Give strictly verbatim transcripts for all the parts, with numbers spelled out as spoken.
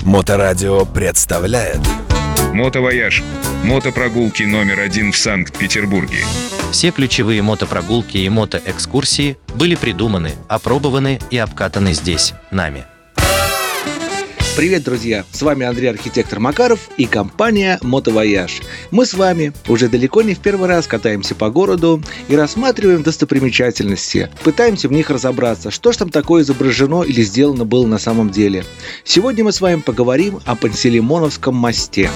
Моторадио представляет Мотовояж. Мотопрогулки номер один в Санкт-Петербурге. Все ключевые мотопрогулки и мотоэкскурсии были придуманы, опробованы и обкатаны здесь, нами. Привет, друзья! С вами Андрей Архитектор Макаров и компания «Мотовояж». Мы с вами уже далеко не в первый раз катаемся по городу и рассматриваем достопримечательности. Пытаемся в них разобраться, что ж там такое изображено или сделано было на самом деле. Сегодня мы с вами поговорим о Пантелеймоновском мосте.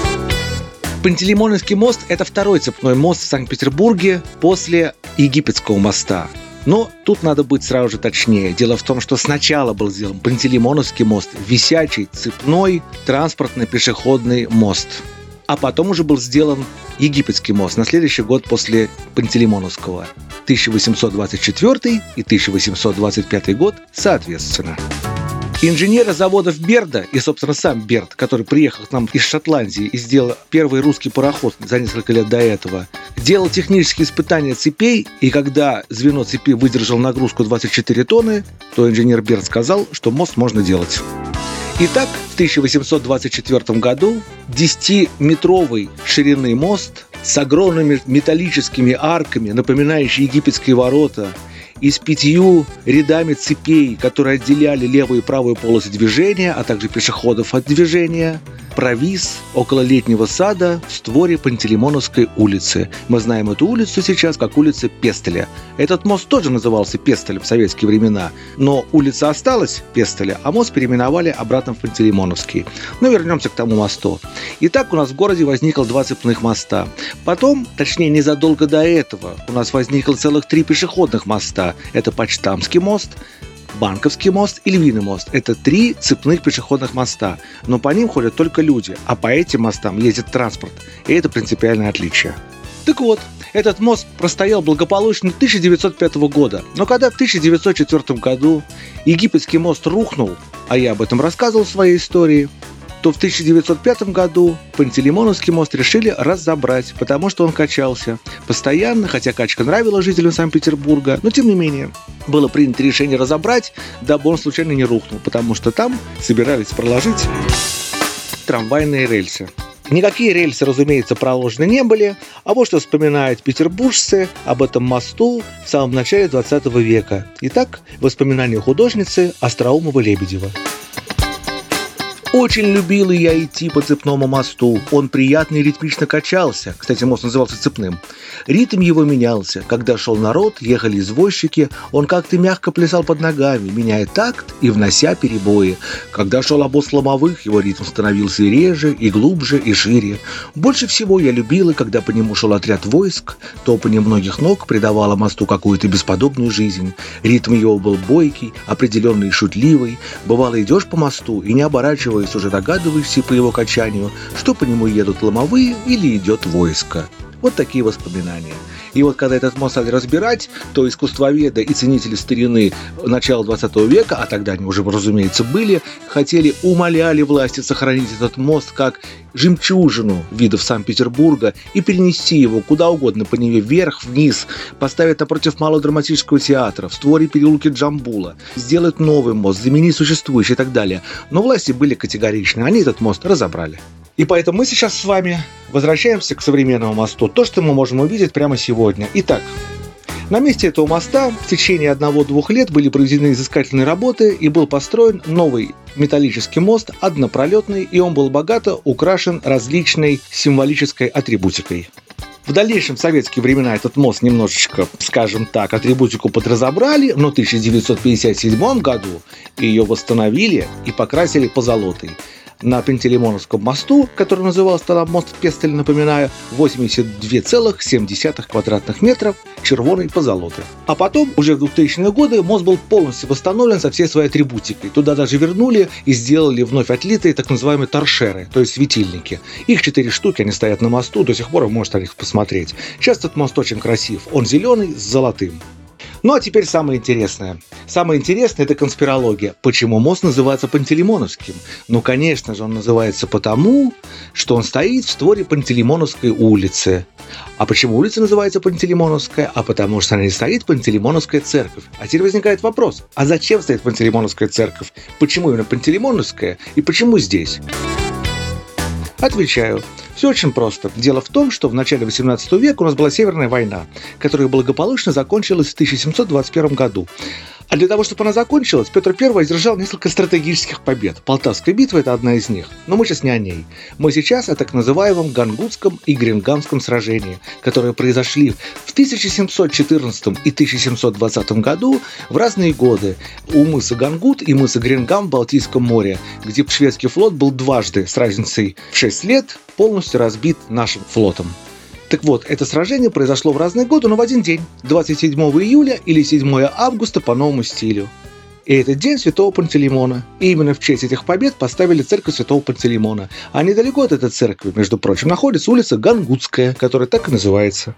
Пантелеймоновский мост – это второй цепной мост в Санкт-Петербурге после Египетского моста. Но тут надо быть сразу же точнее. Дело в том, что сначала был сделан Пантелеймоновский мост, висячий, цепной, транспортный пешеходный мост. А потом уже был сделан Египетский мост на следующий год после Пантелеймоновского. тысяча восемьсот двадцать четвёртый и тысяча восемьсот двадцать пятый год соответственно. Инженеры заводов Берда и, собственно, сам Берд, который приехал к нам из Шотландии и сделал первый русский пароход за несколько лет до этого, делал технические испытания цепей, и когда звено цепи выдержал нагрузку двадцать четыре тонны, то инженер Берд сказал, что мост можно делать. Итак, в тысяча восемьсот двадцать четвёртом году десятиметровый ширины мост с огромными металлическими арками, напоминающий египетские ворота, и с пятью рядами цепей, которые отделяли левую и правую полосы движения, а также пешеходов от движения, провис около Летнего сада в створе Пантелеймоновской улицы. Мы знаем эту улицу сейчас как улица Пестеля. Этот мост тоже назывался Пестелем в советские времена, но улица осталась Пестеля, а мост переименовали обратно в Пантелеймоновский. Но вернемся к тому мосту. Итак, у нас в городе возникло два цепных моста. Потом, точнее незадолго до этого, у нас возникло целых три пешеходных моста. Это Почтамский мост, Банковский мост и Львиный мост. Это три цепных пешеходных моста. Но по ним ходят только люди, а по этим мостам ездит транспорт. И это принципиальное отличие. Так вот, этот мост простоял благополучно до тысяча девятьсот пятого года. Но когда в тысяча девятьсот четвёртом году Египетский мост рухнул, а я об этом рассказывал в своей истории, то в тысяча девятьсот пятом году Пантелеймоновский мост решили разобрать, потому что он качался постоянно, хотя качка нравилась жителям Санкт-Петербурга, но тем не менее было принято решение разобрать, дабы он случайно не рухнул, потому что там собирались проложить трамвайные рельсы. Никакие рельсы, разумеется, проложены не были, а вот что вспоминают петербуржцы об этом мосту в самом начале двадцатого века. Итак, воспоминания художницы Остроумова-Лебедева. Очень любила я идти по цепному мосту. Он приятно и ритмично качался. Кстати, мост назывался цепным. Ритм его менялся. Когда шел народ, ехали извозчики, он как-то мягко плясал под ногами, меняя такт и внося перебои. Когда шел обоз ломовых, его ритм становился и реже, и глубже, и шире. Больше всего я любила, когда по нему шел отряд войск. Топанье многих ног придавало мосту какую-то бесподобную жизнь. Ритм его был бойкий, определенный и шутливый. Бывало, идешь по мосту и, не оборачиваясь, уже догадываешься по его качанию, что по нему едут ломовые или идет войско. Вот такие воспоминания. И вот когда этот мост стали разбирать, то искусствоведы и ценители старины начала двадцатого века, а тогда они уже, разумеется, были, хотели, умоляли власти сохранить этот мост как жемчужину видов Санкт-Петербурга и перенести его куда угодно по Неве, вверх, вниз, поставить напротив Малого драматического театра, в створе переулки Джамбула, сделать новый мост, заменить существующий и так далее. Но власти были категоричны, они этот мост разобрали. И поэтому мы сейчас с вами возвращаемся к современному мосту, то, что мы можем увидеть прямо сегодня. Итак, на месте этого моста в течение одного-двух лет были проведены изыскательные работы и был построен новый металлический мост, однопролетный, и он был богато украшен различной символической атрибутикой. В дальнейшем в советские времена этот мост немножечко, скажем так, атрибутику подразобрали, но в тысяча девятьсот пятьдесят седьмом году ее восстановили и покрасили позолотой. На Пантелеймоновском мосту, который назывался тогда мост Пестель, напоминаю, восемьдесят две целых семь десятых квадратных метров червоной позолоты. А потом, уже в двухтысячные годы, мост был полностью восстановлен со всей своей атрибутикой. Туда даже вернули и сделали вновь отлитые так называемые торшеры, то есть светильники. Их четыре штуки, они стоят на мосту, до сих пор вы можете на них посмотреть. Сейчас этот мост очень красив, он зеленый с золотым. Ну а теперь самое интересное. Самое интересное – это конспирология. Почему мост называется Пантелеймоновским? Ну, конечно же, он называется потому, что он стоит в створе Пантелеймоновской улицы. А почему улица называется Пантелеймоновская? А потому что на ней стоит Пантелеймоновская церковь. А теперь возникает вопрос, а зачем стоит Пантелеймоновская церковь? Почему именно Пантелеймоновская и почему здесь? Отвечаю. Все очень просто. Дело в том, что в начале восемнадцатого века у нас была Северная война, которая благополучно закончилась в тысяча семьсот двадцать первом году. А для того, чтобы она закончилась, Петр Первый одержал несколько стратегических побед. Полтавская битва – это одна из них. Но мы сейчас не о ней. Мы сейчас о так называемом Гангутском и Гренгамском сражении, которые произошли в тысяча семьсот четырнадцатом и тысяча семьсот двадцатом году в разные годы у мыса Гангут и мыса Гренгам в Балтийском море, где шведский флот был дважды с разницей в шесть лет полностью разбит нашим флотом. Так вот, это сражение произошло в разные годы, но в один день, двадцать седьмого июля или седьмого августа по новому стилю. И этот день Святого Пантелеймона. И именно в честь этих побед поставили церковь Святого Пантелеймона. А недалеко от этой церкви, между прочим, находится улица Гангутская, которая так и называется.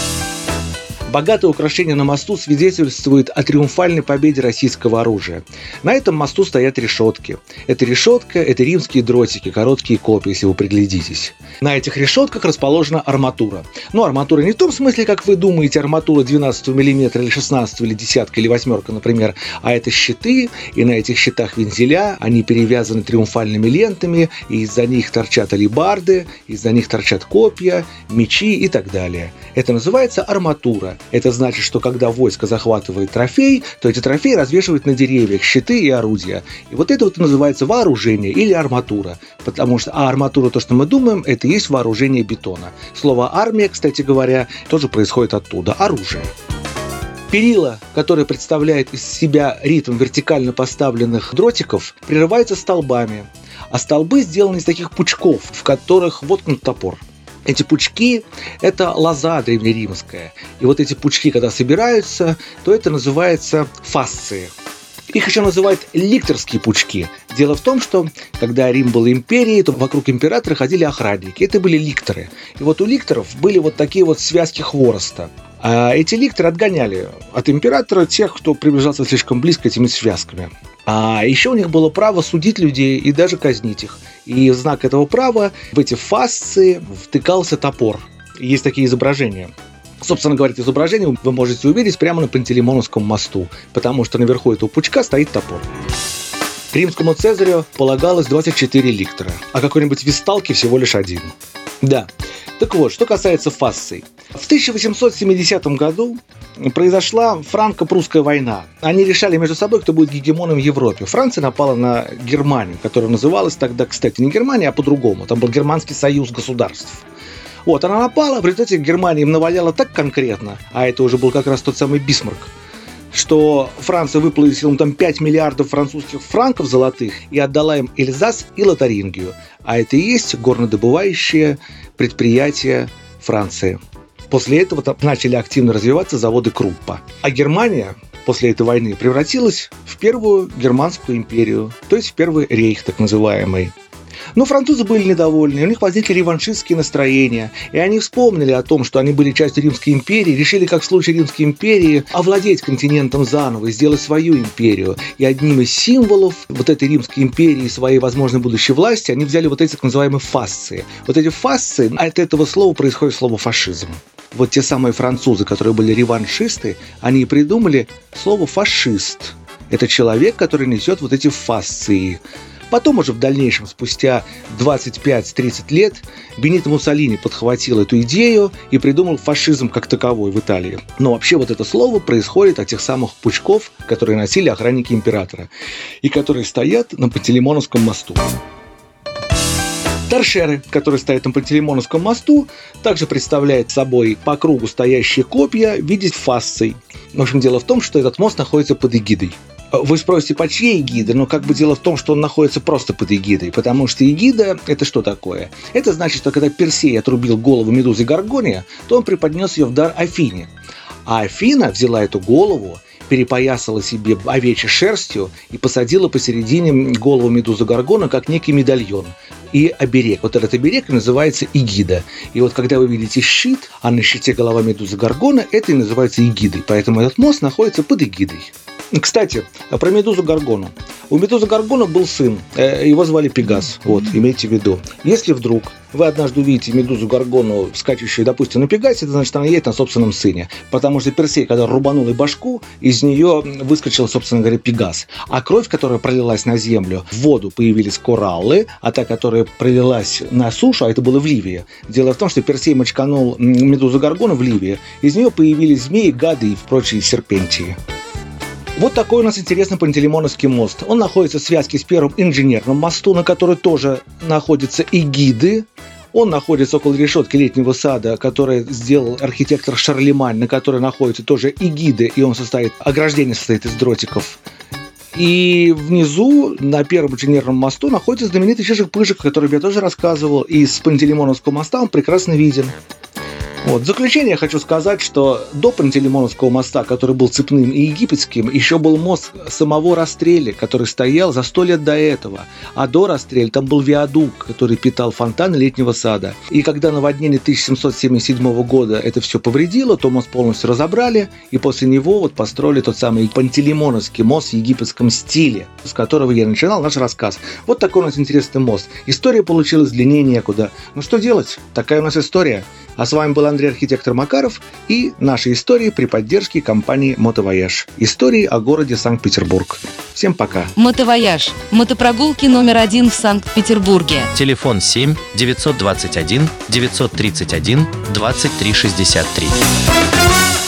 Богатое украшение на мосту свидетельствует о триумфальной победе российского оружия. На этом мосту стоят решетки. Эта решетка – это римские дротики, короткие копья, если вы приглядитесь. На этих решетках расположена арматура. Но арматура не в том смысле, как вы думаете, арматура двенадцатого миллиметра или шестнадцатого, или десятка, или восьмерка, например. А это щиты, и на этих щитах вензеля, они перевязаны триумфальными лентами, и из-за них торчат алебарды, из-за них торчат копья, мечи и так далее. Это называется арматура. Это значит, что когда войско захватывает трофей, то эти трофеи развешивают на деревьях щиты и орудия. И вот это вот называется вооружение или арматура. Потому что а арматура, то, что мы думаем, это и есть вооружение бетона. Слово «армия», кстати говоря, тоже происходит оттуда. Оружие. Перила, которые представляют из себя ритм вертикально поставленных дротиков, прерываются столбами. А столбы сделаны из таких пучков, в которых воткнут топор. Эти пучки – это лоза древнеримская. И вот эти пучки, когда собираются, то это называется фасции. Их еще называют ликторские пучки. Дело в том, что когда Рим был империей, то вокруг императора ходили охранники. Это были ликторы. И вот у ликторов были вот такие вот связки хвороста. А эти ликторы отгоняли от императора тех, кто приближался слишком близко этими связками. А еще у них было право судить людей и даже казнить их. И в знак этого права в эти фасции втыкался топор. Есть такие изображения. Собственно говоря, изображение вы можете увидеть прямо на Пантелеймоновском мосту, потому что наверху этого пучка стоит топор. Римскому Цезарю полагалось двадцать четыре ликтора, а какой-нибудь весталке всего лишь один. Да. Так вот, что касается фасций. В тысяча восемьсот семидесятом году произошла франко-прусская война. Они решали между собой, кто будет гегемоном в Европе. Франция напала на Германию, которая называлась тогда, кстати, не Германия, а по-другому. Там был Германский союз государств. Вот, она напала, в результате Германия им наваляла так конкретно, а это уже был как раз тот самый Бисмарк, что Франция выплатила им там пять миллиардов французских франков золотых и отдала им Эльзас и Лотарингию. А это и есть горнодобывающее предприятие Франции. После этого там начали активно развиваться заводы Круппа. А Германия после этой войны превратилась в первую германскую империю, то есть в первый рейх так называемый. Но французы были недовольны, у них возникли реваншистские настроения, и они вспомнили о том, что они были частью Римской империи, решили, как в случае Римской империи, овладеть континентом заново и сделать свою империю. И одним из символов вот этой Римской империи, своей возможной будущей власти, они взяли вот эти так называемые фасции. Вот эти фасции, от этого слова происходит слово «фашизм». Вот те самые французы, которые были реваншисты, они и придумали слово «фашист». Это человек, который несет вот эти фасции. Потом уже в дальнейшем, спустя двадцать пять - тридцать лет, Бенито Муссолини подхватил эту идею и придумал фашизм как таковой в Италии. Но вообще вот это слово происходит от тех самых пучков, которые носили охранники императора и которые стоят на Пантелеймоновском мосту. Торшеры, которые стоят на Пантелеймоновском мосту, также представляют собой по кругу стоящие копья в виде фасций. В общем, дело в том, что этот мост находится под эгидой. Вы спросите, по чьей эгидой? Но как бы дело в том, что он находится просто под эгидой, потому что эгида – это что такое? Это значит, что когда Персей отрубил голову Медузы Горгония, то он преподнес ее в дар Афине. А Афина взяла эту голову, перепоясала себе овечьей шерстью и посадила посередине голову Медузы Горгона как некий медальон. и оберег. Вот этот оберег называется эгида. И вот когда вы видите щит, а на щите голова медузы Горгона, это и называется эгидой. Поэтому этот мост находится под эгидой. Кстати, про медузу Горгону. У медузы Горгона был сын, его звали Пегас, вот, имейте в виду. Если вдруг вы однажды увидите медузу Горгону, скачущую, допустим, на Пегасе, это значит, она едет на собственном сыне. Потому что Персей, когда рубанул и башку, из нее выскочил, собственно говоря, Пегас. А кровь, которая пролилась на землю, в воду появились кораллы, а та, которая пролилась на сушу, а это было в Ливии. Дело в том, что Персей мочканул медузу Горгону в Ливии, из нее появились змеи, гады и прочие серпентии. Вот такой у нас интересный Пантелеймоновский мост. Он находится в связке с первым инженерным мостом, на который тоже находятся эгиды. Он находится около решетки Летнего сада, который сделал архитектор Шарлемань, на которой находятся тоже эгиды, и он состоит, ограждение состоит из дротиков. И внизу, на первом инженерном мосту, находится знаменитый Чижик-Пыжик, о котором я тоже рассказывал, и с Пантелеймоновского моста он прекрасно виден. Вот. В заключение я хочу сказать, что до Пантелеймоновского моста, который был цепным и египетским, еще был мост самого Растрелли, который стоял за сто лет до этого. А до Растрелли там был виадук, который питал фонтаны Летнего сада. И когда наводнение тысяча семьсот семьдесят седьмого года это все повредило, то мост полностью разобрали, и после него вот построили тот самый Пантелеймоновский мост в египетском стиле, с которого я начинал наш рассказ. Вот такой у нас интересный мост. История получилась длиннее некуда. Ну что делать? Такая у нас история. А с вами был Андрей Архитектор Макаров и наши истории при поддержке компании «Мотовояж». Истории о городе Санкт-Петербург. Всем пока. «Мотовояж» – мотопрогулки номер один в Санкт-Петербурге. Телефон семь девятьсот двадцать один девятьсот тридцать один двадцать три шестьдесят три.